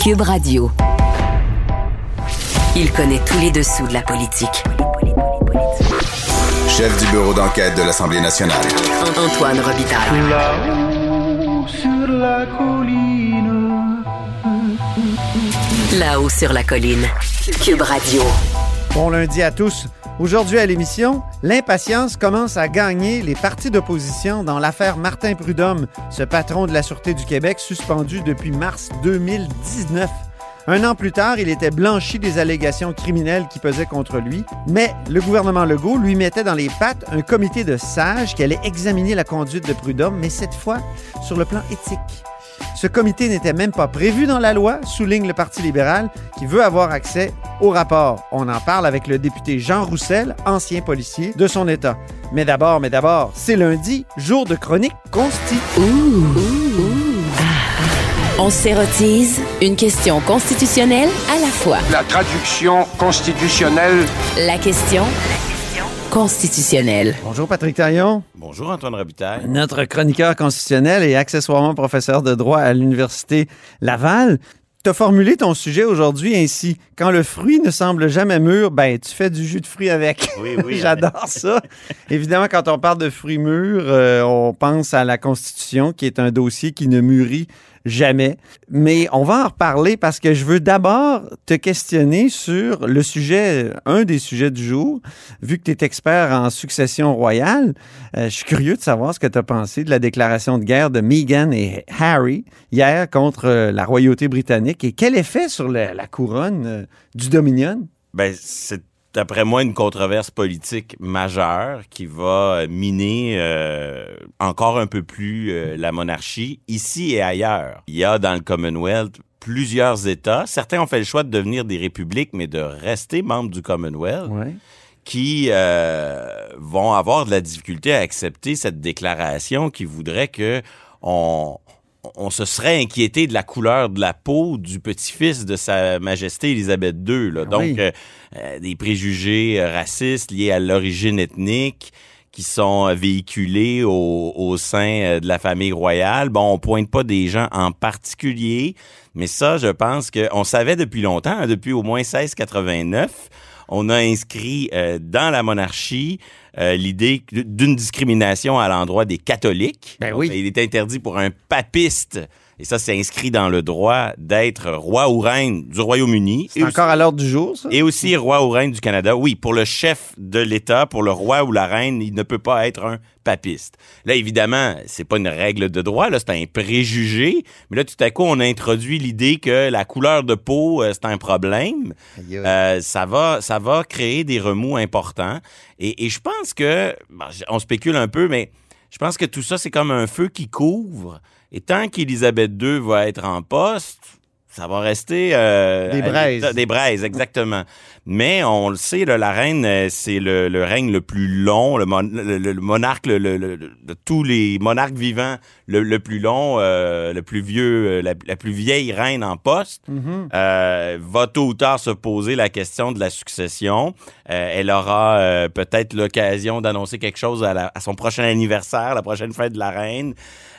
Cube Radio. Il connaît tous les dessous de la politique. Chef du bureau d'enquête de l'Assemblée nationale. Antoine Robitaille. Là-haut sur la colline. Là-haut sur la colline. Cube Radio. Bon lundi à tous. Aujourd'hui à l'émission, l'impatience commence à gagner les partis d'opposition dans l'affaire Martin Prudhomme, ce patron de la Sûreté du Québec suspendu depuis mars 2019. Un an plus tard, il était blanchi des allégations criminelles qui pesaient contre lui, mais le gouvernement Legault lui mettait dans les pattes un comité de sages qui allait examiner la conduite de Prudhomme, mais cette fois sur le plan éthique. Ce comité n'était même pas prévu dans la loi, souligne le Parti libéral, qui veut avoir accès au rapport. On en parle avec le député Jean Roussel, ancien policier de son État. Mais d'abord, c'est lundi, jour de chronique consti. On s'érotise une question constitutionnelle à la fois. La traduction constitutionnelle. La question constitutionnelle. Bonjour Patrick Taillon. Bonjour Antoine Robitaille. Notre chroniqueur constitutionnel et accessoirement professeur de droit à l'Université Laval. Tu as formulé ton sujet aujourd'hui ainsi. Quand le fruit ne semble jamais mûr, ben tu fais du jus de fruits avec. Oui. J'adore ça. Évidemment, quand on parle de fruits mûrs, on pense à la Constitution, qui est un dossier qui ne mûrit jamais. Mais on va en reparler parce que je veux d'abord te questionner sur le sujet, un des sujets du jour. Vu que tu es expert en succession royale, je suis curieux de savoir ce que tu as pensé de la déclaration de guerre de Meghan et Harry hier contre la royauté britannique et quel effet sur la couronne du Dominion? Ben, c'est d'après moi une controverse politique majeure qui va miner encore un peu plus la monarchie ici et ailleurs. Il y a dans le Commonwealth plusieurs États. Certains ont fait le choix de devenir des républiques, mais de rester membres du Commonwealth. Ouais. Qui vont avoir de la difficulté à accepter cette déclaration qui voudrait que on se serait inquiété de la couleur de la peau du petit-fils de Sa Majesté Élisabeth II. Là. Donc, des préjugés racistes liés à l'origine ethnique qui sont véhiculés au sein de la famille royale. Bon, on pointe pas des gens en particulier, mais ça, je pense qu'on savait depuis longtemps, hein, depuis au moins 1689, on a inscrit dans la monarchie l'idée d'une discrimination à l'endroit des catholiques. Ben oui. Il est interdit pour un papiste, et ça c'est inscrit dans le droit, d'être roi ou reine du Royaume-Uni. C'est encore à l'ordre du jour, ça? Et aussi roi ou reine du Canada. Oui, pour le chef de l'État, pour le roi ou la reine, il ne peut pas être un papiste. Là, évidemment, c'est pas une règle de droit, là, c'est un préjugé. Mais là, tout à coup, on a introduit l'idée que la couleur de peau, c'est un problème. Ça va créer des remous importants. Et je pense que, on spécule un peu, mais je pense que tout ça, c'est comme un feu qui couvre. Et tant qu'Élisabeth II va être en poste, ça va rester... des braises. Des braises, exactement. Mais on le sait, là, la reine, c'est le règne le plus long, le monarque, de tous les monarques vivants, le plus long, le plus vieux, la plus vieille reine en poste, va tôt ou tard se poser la question de la succession. Elle aura peut-être l'occasion d'annoncer quelque chose à son prochain anniversaire, la prochaine fête de la reine.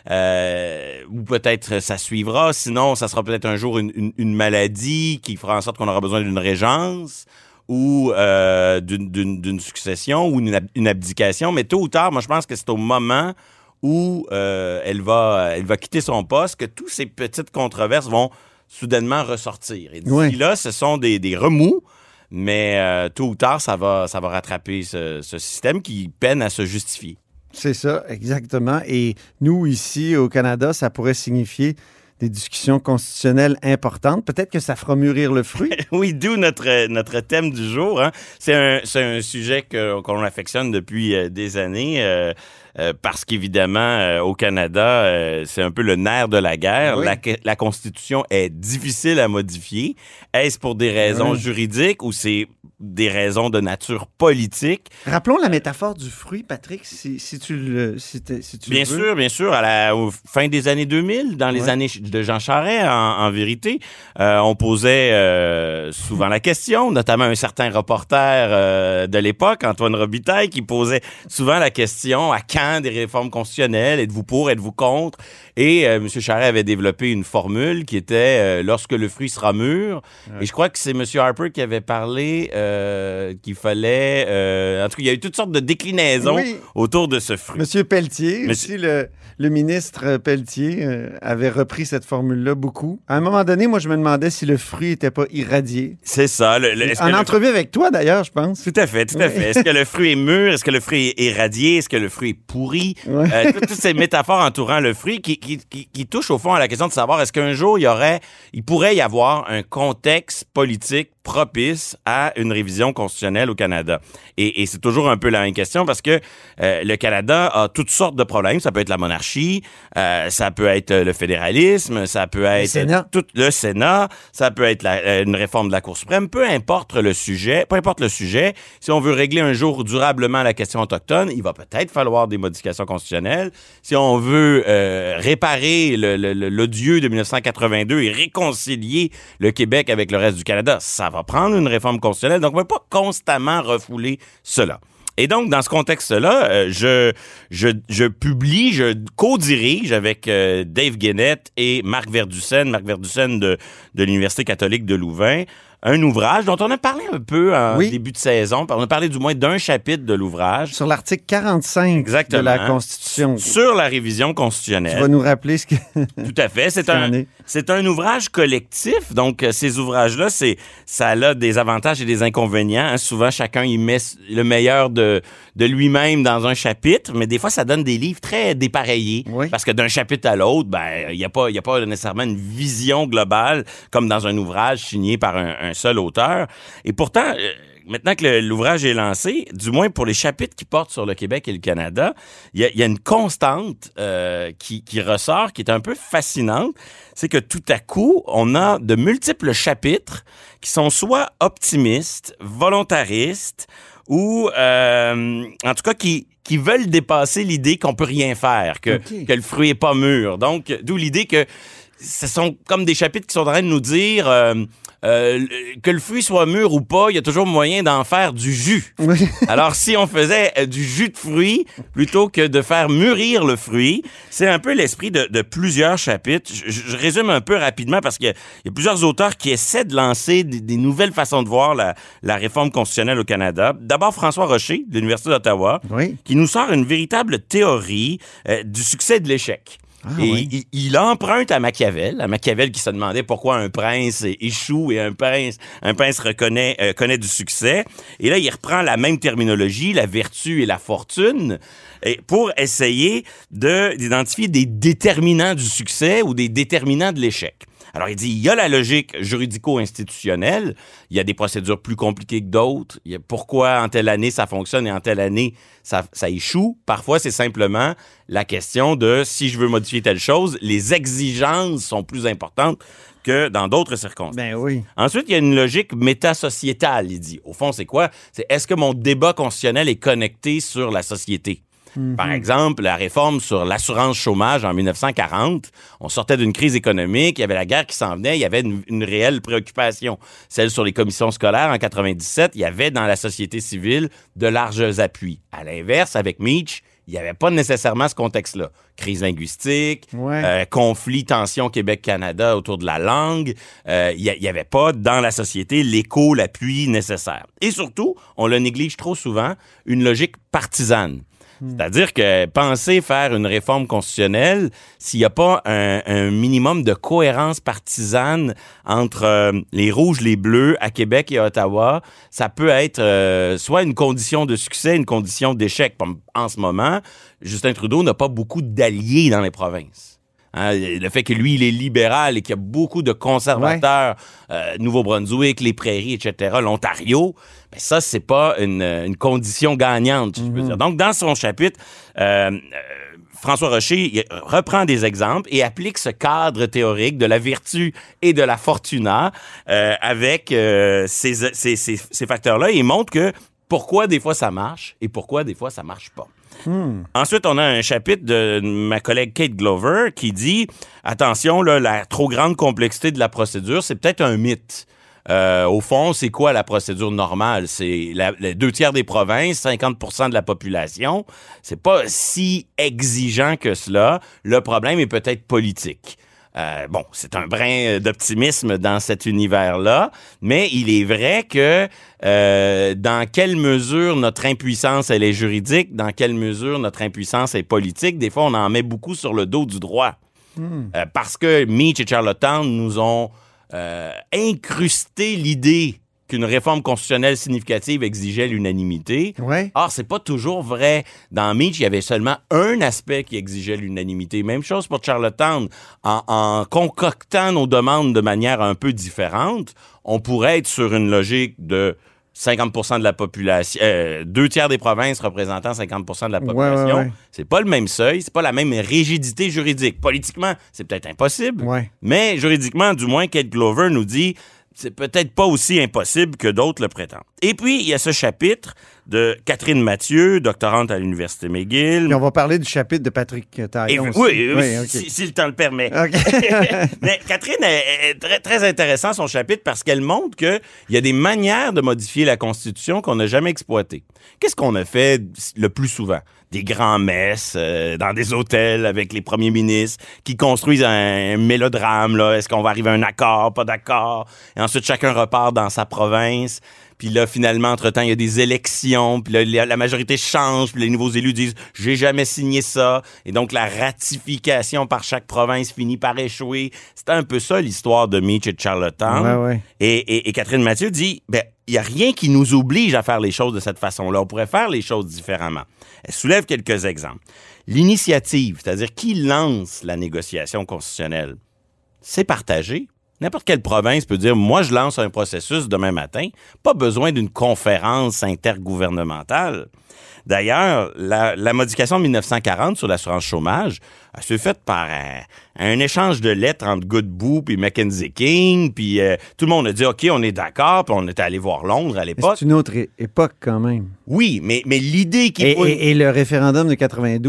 Ou peut-être ça suivra, sinon ça sera peut-être un jour une maladie qui fera en sorte qu'on aura besoin d'une régence ou d'une succession ou une abdication, mais tôt ou tard, moi je pense que c'est au moment où elle va quitter son poste que toutes ces petites controverses vont soudainement ressortir. Et d'ici là, ce sont des remous, mais tôt ou tard, ça va rattraper ce système qui peine à se justifier. C'est ça, exactement. Et nous, ici, au Canada, ça pourrait signifier des discussions constitutionnelles importantes. Peut-être que ça fera mûrir le fruit. Oui, d'où notre thème du jour. Hein. C'est un sujet qu'on affectionne depuis des années parce qu'évidemment, au Canada, c'est un peu le nerf de la guerre. Oui. La Constitution est difficile à modifier. Est-ce pour des raisons juridiques ou c'est des raisons de nature politique. Rappelons la métaphore du fruit, Patrick, si tu veux. Bien sûr. Au fin des années 2000, dans les années de Jean Charest, en vérité, on posait souvent la question, notamment un certain reporter de l'époque, Antoine Robitaille, qui posait souvent la question à quand des réformes constitutionnelles, êtes-vous pour, êtes-vous contre? Et M. Charest avait développé une formule qui était lorsque le fruit sera mûr. Et je crois que c'est M. Harper qui avait parlé qu'il fallait... en tout cas, il y a eu toutes sortes de déclinaisons autour de ce fruit. M. Pelletier, aussi le ministre Pelletier avait repris cette formule-là beaucoup. À un moment donné, moi, je me demandais si le fruit n'était pas irradié. C'est ça. En entrevue avec toi, d'ailleurs, je pense. Tout à fait. Est-ce que le fruit est mur? Est-ce que le fruit est irradié? Est-ce que le fruit est pourri? Toutes ces métaphores entourant le fruit qui touchent au fond à la question de savoir est-ce qu'un jour, il pourrait y avoir un contexte politique propice à une révision constitutionnelle au Canada. Et c'est toujours un peu la même question parce que le Canada a toutes sortes de problèmes. Ça peut être la monarchie, ça peut être le fédéralisme, ça peut être le Sénat, ça peut être une réforme de la Cour suprême. Peu importe le sujet, si on veut régler un jour durablement la question autochtone, il va peut-être falloir des modifications constitutionnelles. Si on veut réparer l'odieux de 1982 et réconcilier le Québec avec le reste du Canada, ça va prendre une réforme constitutionnelle. Donc, on ne peut pas constamment refouler cela. Et donc, dans ce contexte-là, je co-dirige avec Dave Guénette et Marc Verdussen de l'Université catholique de Louvain, un ouvrage dont on a parlé un peu en début de saison. On a parlé du moins d'un chapitre de l'ouvrage. Sur l'article 45 de la Constitution. Sur la révision constitutionnelle. Tu vas nous rappeler ce que... Tout à fait. C'est un ouvrage collectif. Donc, ces ouvrages-là, ça a des avantages et des inconvénients. Hein. Souvent, chacun y met le meilleur de lui-même dans un chapitre, mais des fois, ça donne des livres très dépareillés. Oui. Parce que d'un chapitre à l'autre, il n'y a pas nécessairement une vision globale, comme dans un ouvrage signé par un seul auteur. Et pourtant, maintenant que l'ouvrage est lancé, du moins pour les chapitres qui portent sur le Québec et le Canada, il y a une constante qui ressort, qui est un peu fascinante. C'est que tout à coup, on a de multiples chapitres qui sont soit optimistes, volontaristes, ou en tout cas qui veulent dépasser l'idée qu'on peut rien faire, que le fruit est pas mûr. Donc, d'où l'idée que ce sont comme des chapitres qui sont en train de nous dire que le fruit soit mûr ou pas, il y a toujours moyen d'en faire du jus. Oui. Alors, si on faisait du jus de fruits plutôt que de faire mûrir le fruit, c'est un peu l'esprit de plusieurs chapitres. Je résume un peu rapidement parce qu'il y a plusieurs auteurs qui essaient de lancer des nouvelles façons de voir la réforme constitutionnelle au Canada. D'abord, François Rocher, de l'Université d'Ottawa, qui nous sort une véritable théorie du succès et de l'échec. Il emprunte à Machiavel qui se demandait pourquoi un prince échoue et un prince connaît du succès. Et là, il reprend la même terminologie, la vertu et la fortune, pour essayer d'identifier des déterminants du succès ou des déterminants de l'échec. Alors, il dit, il y a la logique juridico-institutionnelle, il y a des procédures plus compliquées que d'autres, il y a pourquoi en telle année ça fonctionne et en telle année ça échoue. Parfois, c'est simplement la question de si je veux modifier telle chose, les exigences sont plus importantes que dans d'autres circonstances. Ben oui. Ensuite, il y a une logique métasociétale, il dit. Au fond, c'est quoi? C'est est-ce que mon débat constitutionnel est connecté sur la société? Mm-hmm. Par exemple, la réforme sur l'assurance chômage en 1940, on sortait d'une crise économique, il y avait la guerre qui s'en venait, il y avait une réelle préoccupation. Celle sur les commissions scolaires en 97, il y avait dans la société civile de larges appuis. À l'inverse, avec Meach, il n'y avait pas nécessairement ce contexte-là. Crise linguistique, conflit, tension Québec-Canada autour de la langue. Il n'y avait pas dans la société l'écho, l'appui nécessaire. Et surtout, on le néglige trop souvent, une logique partisane. C'est-à-dire que penser faire une réforme constitutionnelle, s'il n'y a pas un minimum de cohérence partisane entre les rouges, les bleus à Québec et à Ottawa, ça peut être soit une condition de succès, une condition d'échec. En ce moment, Justin Trudeau n'a pas beaucoup d'alliés dans les provinces. Hein, le fait que lui, il est libéral et qu'il y a beaucoup de conservateurs, Nouveau-Brunswick, les Prairies, etc., l'Ontario, ben ça, c'est pas une condition gagnante, je peux dire. Donc, dans son chapitre, François Rocher il reprend des exemples et applique ce cadre théorique de la vertu et de la fortuna avec ces facteurs-là. Il montre que pourquoi des fois ça marche et pourquoi des fois ça marche pas. Ensuite, on a un chapitre de ma collègue Kate Glover qui dit « Attention, là, la trop grande complexité de la procédure, c'est peut-être un mythe. Au fond, c'est quoi la procédure normale? C'est les 2/3 des provinces, 50% de la population. C'est pas si exigeant que cela. Le problème est peut-être politique. » Bon, c'est un brin d'optimisme dans cet univers-là, mais il est vrai que dans quelle mesure notre impuissance, elle est juridique, dans quelle mesure notre impuissance est politique, des fois, on en met beaucoup sur le dos du droit. Parce que Meach et Charlottetown nous ont incrusté l'idée qu'une réforme constitutionnelle significative exigeait l'unanimité. Ouais. Or, c'est pas toujours vrai. Dans Meach, il y avait seulement un aspect qui exigeait l'unanimité. Même chose pour Charlottetown. En concoctant nos demandes de manière un peu différente, on pourrait être sur une logique de 50% de la population, 2/3 des provinces représentant 50% de la population. Ouais. C'est pas le même seuil, c'est pas la même rigidité juridique. Politiquement, c'est peut-être impossible, mais juridiquement, du moins, Kate Glover nous dit c'est peut-être pas aussi impossible que d'autres le prétendent. Et puis, il y a ce chapitre de Catherine Mathieu, doctorante à l'Université McGill. Puis on va parler du chapitre de Patrick Taillon aussi. Oui, okay. si le temps le permet. Okay. Mais Catherine est très, très intéressant, son chapitre, parce qu'elle montre qu'il y a des manières de modifier la Constitution qu'on n'a jamais exploitées. Qu'est-ce qu'on a fait le plus souvent? Des grands-messes dans des hôtels avec les premiers ministres qui construisent un mélodrame. Là. Est-ce qu'on va arriver à un accord, pas d'accord? Et ensuite, chacun repart dans sa province. Puis là, finalement, entre-temps, il y a des élections. Puis là, la majorité change. Puis les nouveaux élus disent « J'ai jamais signé ça. » Et donc, la ratification par chaque province finit par échouer. C'est un peu ça, l'histoire de Meach et de Charlottetown. Ouais. Et Catherine Mathieu dit « Il n'y a rien qui nous oblige à faire les choses de cette façon-là. On pourrait faire les choses différemment. » Elle soulève quelques exemples. L'initiative, c'est-à-dire qui lance la négociation constitutionnelle, c'est partagé. N'importe quelle province peut dire « Moi, je lance un processus demain matin. » Pas besoin d'une conférence intergouvernementale. D'ailleurs, la modification de 1940 sur l'assurance chômage a été faite par un échange de lettres entre Godbout et Mackenzie King, puis tout le monde a dit « OK, on est d'accord », puis on était allé voir Londres à l'époque. C'est une autre époque quand même. Oui, mais l'idée qui... Et le référendum de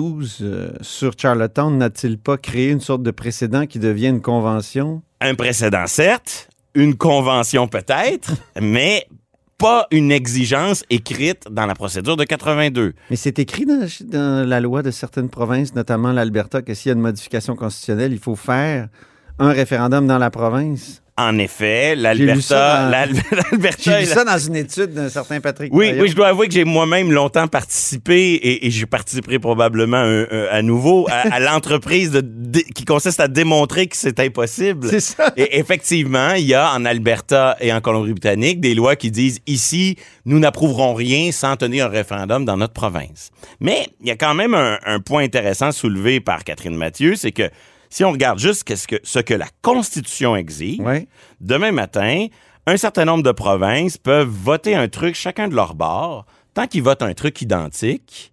92 sur Charlottetown n'a-t-il pas créé une sorte de précédent qui devient une convention? Un précédent, certes, une convention peut-être, mais pas une exigence écrite dans la procédure de 82. Mais c'est écrit dans la loi de certaines provinces, notamment l'Alberta, que s'il y a une modification constitutionnelle, il faut faire un référendum dans la province. En effet, l'Alberta... J'ai lu ça dans une étude d'un certain Patrick Oui, Taillon. oui, je dois avouer que j'ai moi-même longtemps participé et je participerai probablement à nouveau à l'entreprise qui consiste à démontrer que c'est impossible. C'est ça. Et effectivement, il y a en Alberta et en Colombie-Britannique des lois qui disent ici, nous n'approuverons rien sans tenir un référendum dans notre province. Mais il y a quand même un point intéressant soulevé par Catherine Mathieu, c'est que si on regarde juste ce que la Constitution exige, demain matin, un certain nombre de provinces peuvent voter un truc chacun de leur bord. Tant qu'ils votent un truc identique,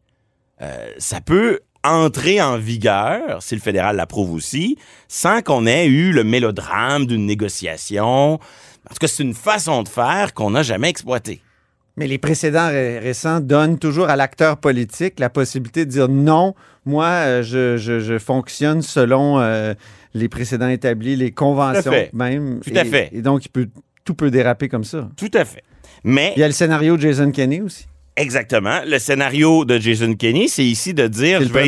ça peut entrer en vigueur, si le fédéral l'approuve aussi, sans qu'on ait eu le mélodrame d'une négociation. En tout cas, c'est une façon de faire qu'on n'a jamais exploitée. Mais les précédents récents donnent toujours à l'acteur politique la possibilité de dire non, moi, je fonctionne selon les précédents établis, les conventions même. Tout à fait. Et donc, tout peut déraper comme ça. Tout à fait. Mais il y a le scénario de Jason Kenney aussi. Exactement. Le scénario de Jason Kenney, c'est ici de dire je vais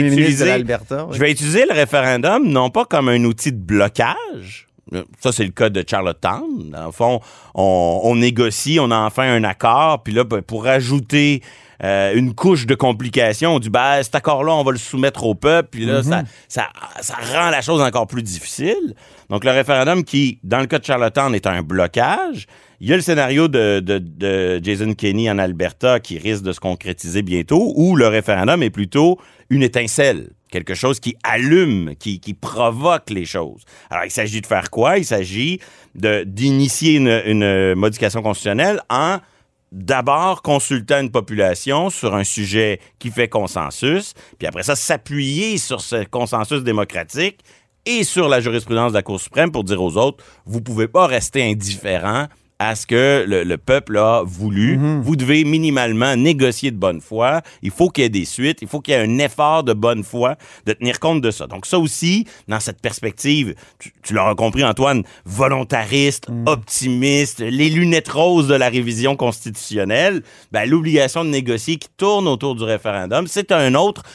utiliser le référendum non pas comme un outil de blocage. Ça, c'est le cas de Charlottetown. Dans le fond, on négocie, on a enfin un accord, puis là, pour ajouter une couche de complications. On dit, cet accord-là, on va le soumettre au peuple, puis là, ça rend la chose encore plus difficile. Donc, le référendum qui, dans le cas de Charlottetown, est un blocage. Il y a le scénario de Jason Kenney en Alberta qui risque de se concrétiser bientôt, où le référendum est plutôt une étincelle, quelque chose qui allume, qui provoque les choses. Alors, il s'agit de faire quoi? Il s'agit d'initier une modification constitutionnelle en d'abord consultant une population sur un sujet qui fait consensus, puis après ça, s'appuyer sur ce consensus démocratique et sur la jurisprudence de la Cour suprême pour dire aux autres, vous pouvez pas rester indifférent à ce que le peuple a voulu. Vous devez minimalement négocier de bonne foi. Il faut qu'il y ait des suites. Il faut qu'il y ait un effort de bonne foi de tenir compte de ça. Donc ça aussi, dans cette perspective, tu l'auras compris, Antoine, volontariste, optimiste, les lunettes roses de la révision constitutionnelle, l'obligation de négocier qui tourne autour du référendum, c'est un autre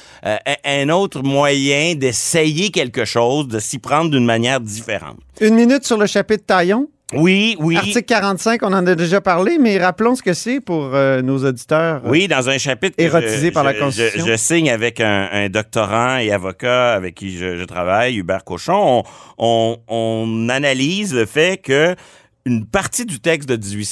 moyen d'essayer quelque chose, de s'y prendre d'une manière différente. 1 minute sur le chapitre Taillon. Oui. Article 45, on en a déjà parlé, mais rappelons ce que c'est pour nos auditeurs. Oui, dans un chapitre érotisé par la Constitution. Je signe avec un doctorant et avocat avec qui je travaille, Hubert Cochon. On analyse le fait que une partie du texte de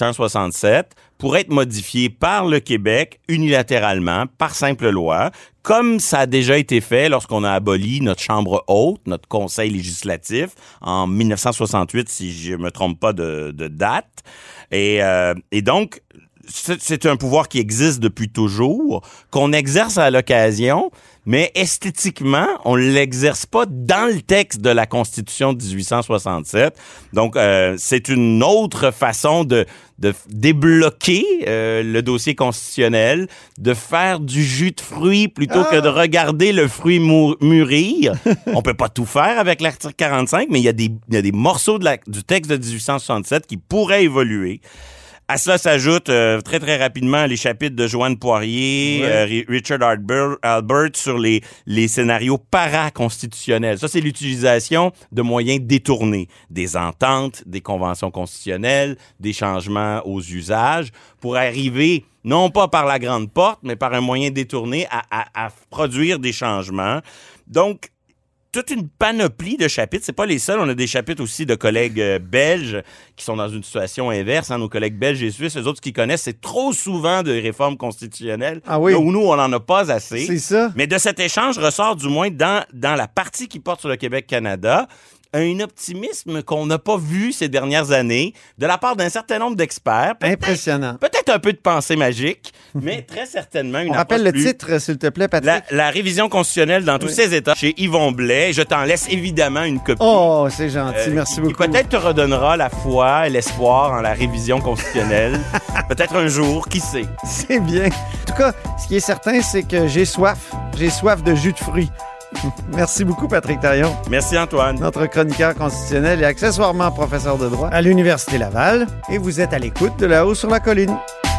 1867 pourrait être modifiée par le Québec unilatéralement, par simple loi, comme ça a déjà été fait lorsqu'on a aboli notre Chambre haute, notre Conseil législatif, en 1968, si je ne me trompe pas de date. Et donc, c'est un pouvoir qui existe depuis toujours, qu'on exerce à l'occasion, mais esthétiquement, on ne l'exerce pas dans le texte de la Constitution de 1867. Donc, c'est une autre façon de débloquer le dossier constitutionnel, de faire du jus de fruits plutôt que de regarder le fruit mûrir. On peut pas tout faire avec l'article 45, mais il y a des morceaux du texte de 1867 qui pourraient évoluer. À cela s'ajoute très, très rapidement les chapitres de Joanne Poirier, Richard Albert sur les scénarios paraconstitutionnels. Ça, c'est l'utilisation de moyens détournés, des ententes, des conventions constitutionnelles, des changements aux usages, pour arriver, non pas par la grande porte, mais par un moyen détourné à produire des changements. Donc, toute une panoplie de chapitres. C'est pas les seuls. On a des chapitres aussi de collègues belges qui sont dans une situation inverse. Nos collègues belges et suisses, eux autres, ce qu'ils connaissent, c'est trop souvent de réformes constitutionnelles. Ah oui. Là où nous, on n'en a pas assez. C'est ça. Mais de cet échange ressort, du moins, dans la partie qui porte sur le Québec-Canada, un optimisme qu'on n'a pas vu ces dernières années de la part d'un certain nombre d'experts. Impressionnant. Peut-être un peu de pensée magique, mais très certainement une On rappelle le titre, s'il te plaît, Patrick. La révision constitutionnelle dans tous ses états chez Yvon Blais. Je t'en laisse évidemment une copie. Oh, c'est gentil. Merci beaucoup. Qui peut-être te redonnera la foi et l'espoir en la révision constitutionnelle. Peut-être un jour, qui sait. C'est bien. En tout cas, ce qui est certain, c'est que j'ai soif. J'ai soif de jus de fruits. Merci beaucoup, Patrick Taillon. Merci, Antoine. Notre chroniqueur constitutionnel et accessoirement professeur de droit à l'Université Laval. Et vous êtes à l'écoute de Là-haut sur la colline.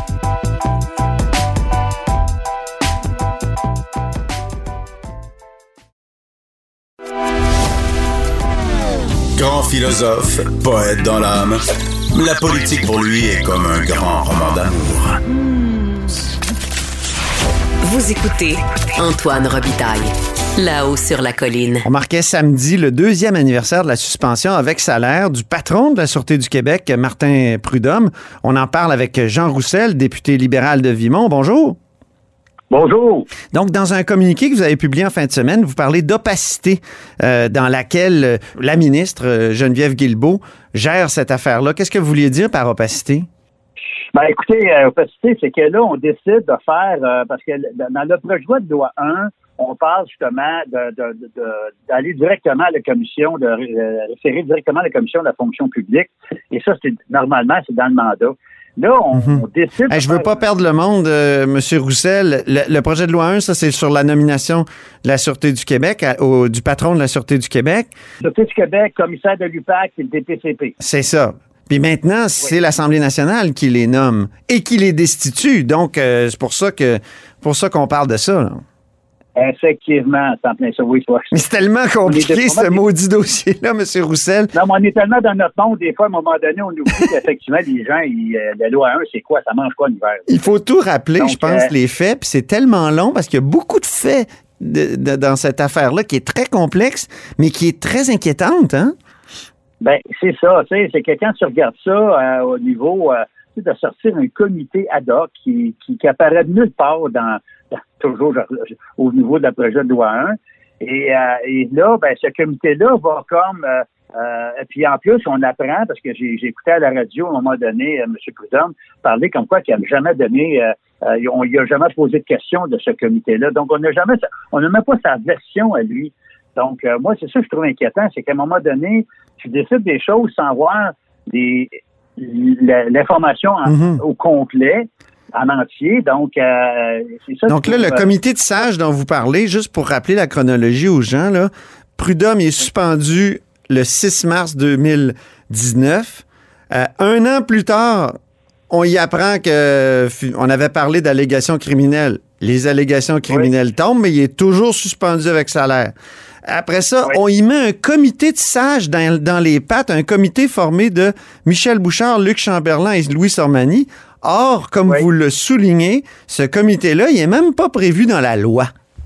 Grand philosophe, poète dans l'âme, la politique pour lui est comme un grand roman d'amour. Vous écoutez Antoine Robitaille. Là-haut sur la colline. On marquait samedi le 2e anniversaire de la suspension avec salaire du patron de la Sûreté du Québec, Martin Prudhomme. On en parle avec Jean Roussel, député libéral de Vimont. Bonjour. Bonjour. Donc, dans un communiqué que vous avez publié en fin de semaine, vous parlez d'opacité dans laquelle la ministre Geneviève Guilbeault gère cette affaire-là. Qu'est-ce que vous vouliez dire par opacité? Écoutez, opacité, c'est que là, on décide de faire, parce que dans le projet de loi de loi 1, on parle justement d'aller directement à la commission, de référer directement à la commission de la fonction publique. Et ça, normalement, c'est dans le mandat. Là, on décide... Je veux pas perdre le monde, M. Roussel. Le projet de loi 1, ça, c'est sur la nomination de la Sûreté du Québec, du patron de la Sûreté du Québec. Sûreté du Québec, commissaire de l'UPAC et le DPCP. C'est ça. Puis maintenant, c'est l'Assemblée nationale qui les nomme et qui les destitue. Donc, c'est pour ça qu'on parle de ça, là. Effectivement, c'est en plein ça, oui. Mais c'est tellement compliqué, ce maudit dossier-là, M. Roussel. Non, mais on est tellement dans notre monde, des fois, à un moment donné, on oublie qu'effectivement, les gens, la loi 1, c'est quoi? Ça mange quoi l'hiver? Il faut tout rappeler, donc, je pense, les faits, puis c'est tellement long parce qu'il y a beaucoup de faits dans cette affaire-là qui est très complexe, mais qui est très inquiétante, hein? Ben, c'est ça, tu sais, c'est que quand tu regardes ça au niveau de sortir un comité ad hoc qui apparaît de nulle part toujours au niveau de la projet de loi 1. Et là, ben, ce comité-là va comme et puis en plus, on apprend, parce que j'ai écouté à la radio à un moment donné M. Prudhomme parler comme quoi qu'il n'a jamais donné on lui a jamais posé de questions de ce comité-là. Donc, on n'a même pas sa version à lui. Donc, moi, c'est ça que je trouve inquiétant, c'est qu'à un moment donné, tu décides des choses sans voir l'information au complet, en entier. Donc, c'est ça. Donc là, le comité de sages dont vous parlez, juste pour rappeler la chronologie aux gens, là, Prudhomme est suspendu le 6 mars 2019. Un an plus tard, on y apprend qu'on avait parlé d'allégations criminelles. Les allégations criminelles tombent, mais il est toujours suspendu avec salaire. Après ça, on y met un comité de sages dans les pattes, un comité formé de Michel Bouchard, Luc Chamberlain et Louis Sormani. Or, comme vous le soulignez, ce comité-là, il n'est même pas prévu dans la loi.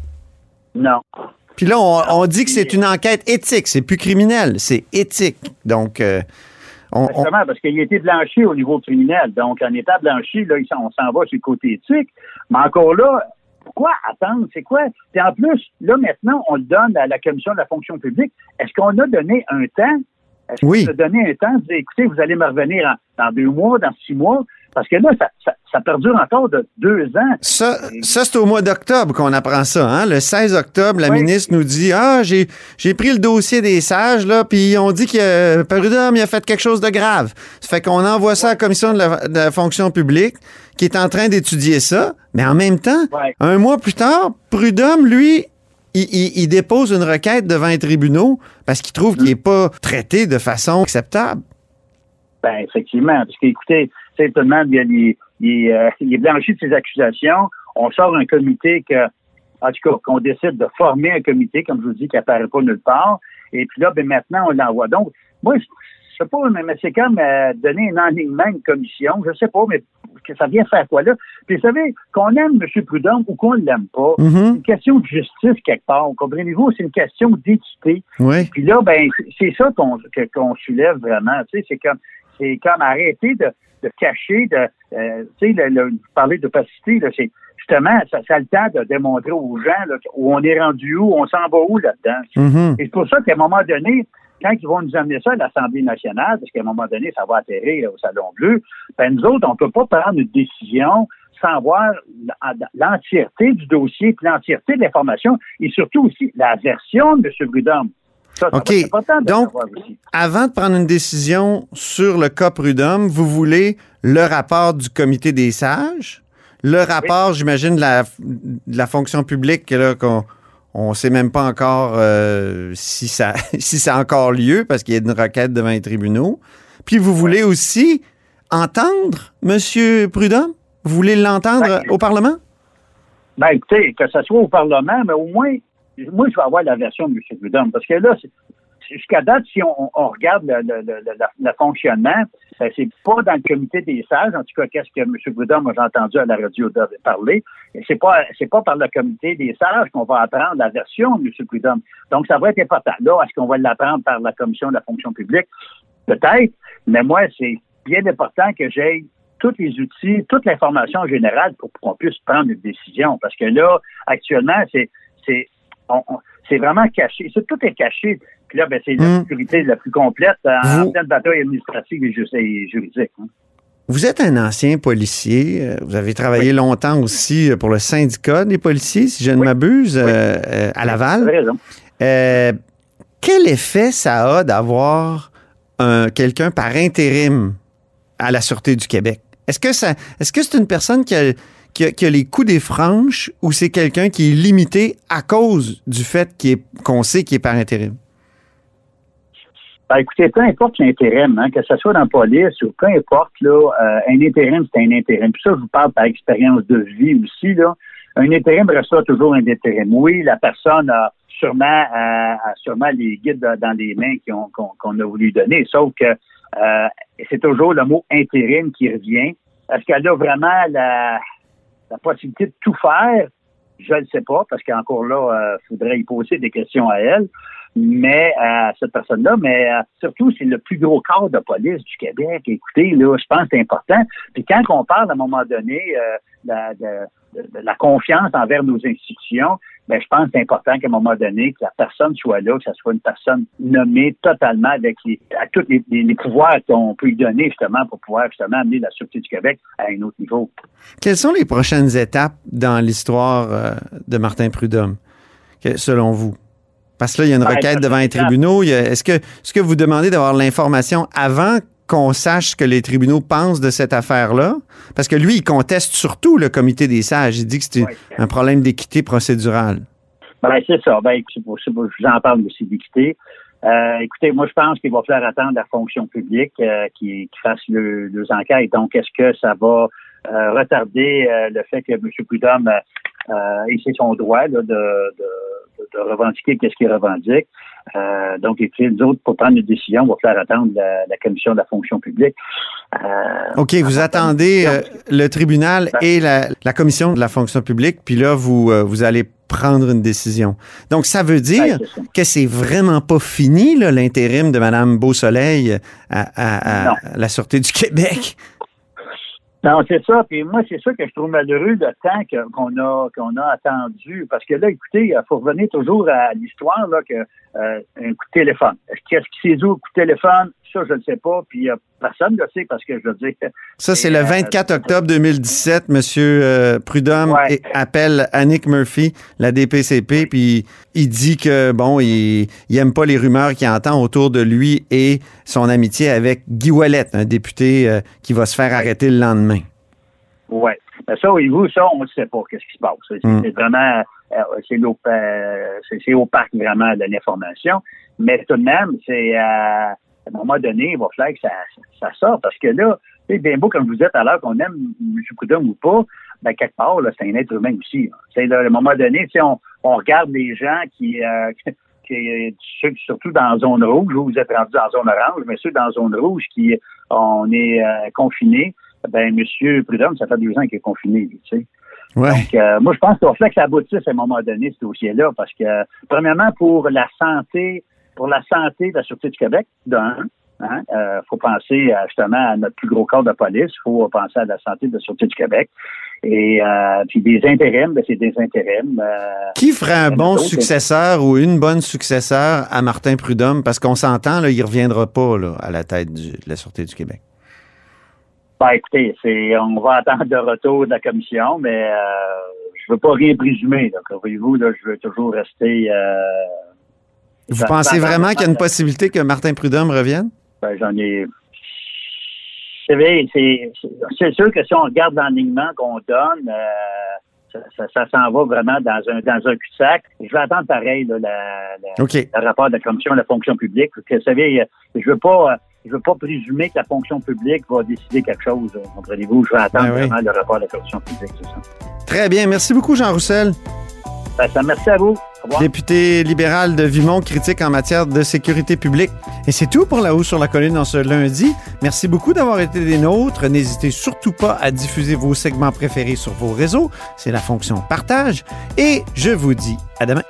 Non. Puis là, on dit que c'est une enquête éthique, c'est plus criminel, c'est éthique. Donc, justement, parce qu'il a été blanchi au niveau criminel. Donc, en étant blanchi, là, on s'en va sur le côté éthique. Mais encore là, pourquoi attendre? C'est quoi? Et en plus, là, maintenant, on le donne à la Commission de la fonction publique. Est-ce qu'on a donné un temps? Est-ce qu'on a donné un temps de dire, écoutez, vous allez me revenir dans 2 mois, dans 6 mois? Parce que là, ça perdure encore de 2 ans. Ça c'est au mois d'octobre qu'on apprend ça. Hein? Le 16 octobre, la ministre nous dit « Ah, j'ai pris le dossier des sages, là, puis on dit que Prudhomme il a fait quelque chose de grave. » Ça fait qu'on envoie ça à la Commission de la fonction publique qui est en train d'étudier ça. Mais en même temps, un mois plus tard, Prudhomme, lui, il dépose une requête devant les tribunaux parce qu'il trouve qu'il n'est pas traité de façon acceptable. Ben effectivement, parce qu'écoutez, tout le monde, il est blanchi de ses accusations. On sort un comité en tout cas, qu'on décide de former un comité, comme je vous dis, qui apparaît pas nulle part. Et puis là, ben maintenant, on l'envoie. Donc, moi, je sais pas, mais c'est comme donner un enlignement à une commission. Je sais pas, mais que ça vient faire quoi là? Puis vous savez, qu'on aime M. Prudhomme ou qu'on l'aime pas, c'est une question de justice quelque part. Comprenez-vous? C'est une question d'équité. Oui. Puis là, ben, c'est ça qu'on soulève vraiment. Tu sais, c'est comme arrêter de cacher, tu sais, parler d'opacité, là, c'est justement, ça a le temps de démontrer aux gens là, où on est rendu où, on s'en va où là-dedans. Et c'est pour ça qu'à un moment donné, quand ils vont nous amener ça à l'Assemblée nationale, parce qu'à un moment donné, ça va atterrir au Salon Bleu, ben nous autres, on peut pas prendre une décision sans voir l'entièreté du dossier, puis l'entièreté de l'information, et surtout aussi la version de M. Prudhomme. OK. Donc, avant de prendre une décision sur le cas Prudhomme, vous voulez le rapport du comité des sages, le rapport, j'imagine, de la fonction publique, là, qu'on ne sait même pas encore si ça a encore lieu, parce qu'il y a une requête devant les tribunaux. Puis vous voulez aussi entendre M. Prudhomme? Vous voulez l'entendre au Parlement? Ben, écoutez, que ce soit au Parlement, mais au moins, moi, je vais avoir la version de M. Prudhomme. Parce que là, jusqu'à date, si on regarde le fonctionnement, c'est pas dans le comité des sages, en tout cas, qu'est-ce que M. Prudhomme a entendu à la radio parler. C'est pas par le comité des sages qu'on va apprendre la version de M. Prudhomme. Donc, ça va être important. Là, est-ce qu'on va l'apprendre par la Commission de la fonction publique? Peut-être, mais moi, c'est bien important que j'aie tous les outils, toute l'information générale pour qu'on puisse prendre une décision. Parce que là, actuellement, c'est vraiment caché. Tout est caché. Puis là, ben, c'est la sécurité la plus complète en pleine bataille administrative et juridique. Hein. Vous êtes un ancien policier. Vous avez travaillé longtemps aussi pour le syndicat des policiers, si je ne m'abuse, à Laval. Vous avez raison. Quel effet ça a d'avoir quelqu'un par intérim à la Sûreté du Québec? Est-ce que c'est une personne qui a les coups des franches ou c'est quelqu'un qui est limité à cause du fait qu'on sait qu'il est par intérim? Ben, écoutez, peu importe l'intérim, hein, que ce soit dans la police ou peu importe, là, un intérim, c'est un intérim. Puis ça, je vous parle par expérience de vie aussi, là. un intérim restera toujours un intérim. Oui, la personne a sûrement les guides dans les mains qu'on a voulu donner, sauf que c'est toujours le mot intérim qui revient. Est-ce qu'elle a vraiment la possibilité de tout faire? Je ne sais pas, parce qu'encore là, il faudrait y poser des questions à elle, mais à cette personne-là, mais surtout, c'est le plus gros corps de police du Québec. Écoutez, là, je pense que c'est important. Puis quand on parle à un moment donné de la confiance envers nos institutions, ben je pense que c'est important qu'à un moment donné, que la personne soit là, que ce soit une personne nommée totalement avec tous les pouvoirs qu'on peut lui donner justement pour pouvoir justement amener la Sûreté du Québec à un autre niveau. Quelles sont les prochaines étapes dans l'histoire de Martin Prudhomme, selon vous? Parce que là, il y a une requête devant les tribunaux. Est-ce que vous demandez d'avoir l'information avant qu'on sache ce que les tribunaux pensent de cette affaire-là? Parce que lui, il conteste surtout le comité des sages. Il dit que c'est un problème d'équité procédurale. Ben, c'est ça. Ben, je vous en parle aussi d'équité. Écoutez, moi, je pense qu'il va falloir attendre la fonction publique qui fasse leurs enquêtes. Donc, est-ce que ça va retarder le fait que M. Prudhomme ait son droit là, de revendiquer qu'est-ce qu'il revendique. Donc, et puis, nous autres, pour prendre une décision, on va faire attendre la commission de la fonction publique. OK, vous attendez le tribunal et la commission de la fonction publique, puis là, vous allez prendre une décision. Donc, ça veut dire que c'est vraiment pas fini, là, l'intérim de Mme Beausoleil à la Sûreté du Québec? Non, c'est ça. Puis moi, c'est ça que je trouve malheureux le temps qu'on a attendu. Parce que là, écoutez, il faut revenir toujours à l'histoire là que un coup de téléphone. Qu'est-ce qui s'est dit au coup de téléphone? Ça, je ne sais pas. Puis personne ne le sait parce que je veux dire. Ça, c'est le 24 octobre 2017. M. Prudhomme appelle Annick Murphy, la DPCP, puis il dit que bon, il aime pas les rumeurs qu'il entend autour de lui et son amitié avec Guy Ouellet, un député qui va se faire arrêter le lendemain. Oui. Ben ça, voyez-vous, ça, on ne sait pas qu'est-ce qui se passe. C'est vraiment c'est opaque vraiment de l'information. Mais tout de même, c'est à un moment donné, il va falloir que ça sorte. Parce que là, c'est bien beau, comme vous dites à l'heure, qu'on aime M. Prudhomme ou pas, ben quelque part, là, c'est un être humain aussi. C'est là, à un moment donné, on regarde les gens qui ceux surtout dans la zone rouge, vous êtes rendu dans la zone orange, mais ceux dans la zone rouge on est confinés, ben M. Prudhomme, ça fait 2 ans qu'il est confiné, tu sais. Ouais. Donc, moi, je pense qu'il va falloir que ça aboutisse à un moment donné, ce dossier-là, parce que, premièrement, pour la santé de la Sûreté du Québec, faut penser justement à notre plus gros corps de police, il faut penser à la santé de la Sûreté du Québec. Et puis des intérims, c'est des intérims. Qui ferait un bon successeur ou une bonne successeur à Martin Prudhomme? Parce qu'on s'entend, là, il ne reviendra pas là, à la tête de la Sûreté du Québec. Ben, écoutez, on va attendre le retour de la commission, mais je veux pas rien présumer. Donc, voyez-vous, là, je veux toujours rester. Vous pensez vraiment qu'il y a une possibilité que Martin Prudhomme revienne? Ben, j'en ai. C'est sûr que si on regarde l'enlignement qu'on donne, ça s'en va vraiment dans un cul-de-sac. Je vais attendre pareil là, le rapport de la commission de la fonction publique. Parce que, vous savez, je veux pas présumer que la fonction publique va décider quelque chose. Comprenez-vous? Je vais attendre vraiment le rapport de la fonction publique, c'est ça. Très bien. Merci beaucoup, Jean Roussel. Merci à vous. Au revoir. Député libéral de Vimont, critique en matière de sécurité publique. Et c'est tout pour La Haut sur la Colline en ce lundi. Merci beaucoup d'avoir été des nôtres. N'hésitez surtout pas à diffuser vos segments préférés sur vos réseaux. C'est la fonction partage. Et je vous dis à demain.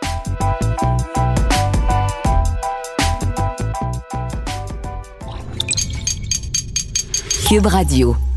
Cube Radio.